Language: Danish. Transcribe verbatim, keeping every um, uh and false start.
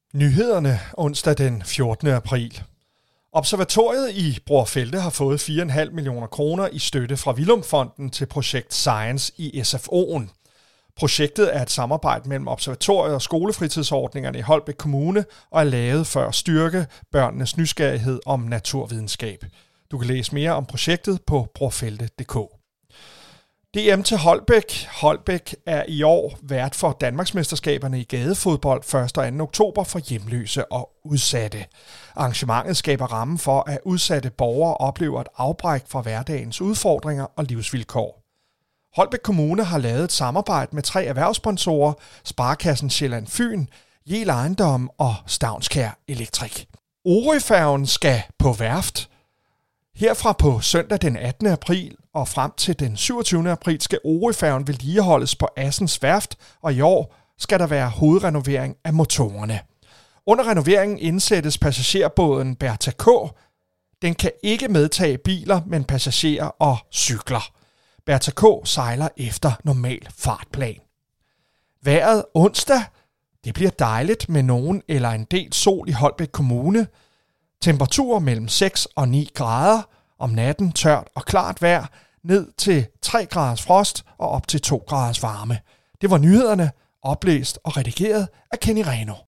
Nyhederne onsdag den fjortende april. Observatoriet i Bror Felde har fået fire komma fem millioner kroner i støtte fra Villum-fonden til projekt Science i S F O'en. Projektet er et samarbejde mellem observatoriet og skolefritidsordningerne i Holbæk Kommune og er lavet for at styrke børnenes nysgerrighed om naturvidenskab. Du kan læse mere om projektet på brorfelde punktum d k. D M til Holbæk. Holbæk er i år vært for Danmarksmesterskaberne i gadefodbold første og anden oktober for hjemløse og udsatte. Arrangementet skaber rammen for, at udsatte borgere oplever et afbræk fra hverdagens udfordringer og livsvilkår. Holbæk Kommune har lavet et samarbejde med tre erhvervssponsorer, Sparekassen Sjælland Fyn, Jel Ejendom og Stavnskær Elektrik. Orøfærgen skal på værft. Herfra på søndag den attende april og frem til den syvogtyvende april skal Orøfærgen vedligeholdes på Assens Værft, og i år skal der være hovedrenovering af motorerne. Under renoveringen indsættes passagerbåden Bertha K. Den kan ikke medtage biler, men passagerer og cykler. Bertha K. sejler efter normal fartplan. Vejret onsdag. Det bliver dejligt med nogen eller en del sol i Holbæk Kommune. Temperaturer mellem seks og ni grader. Om natten tørt og klart vejr, ned til tre graders frost og op til to graders varme. Det var nyhederne, oplæst og redigeret af Kenny Reno.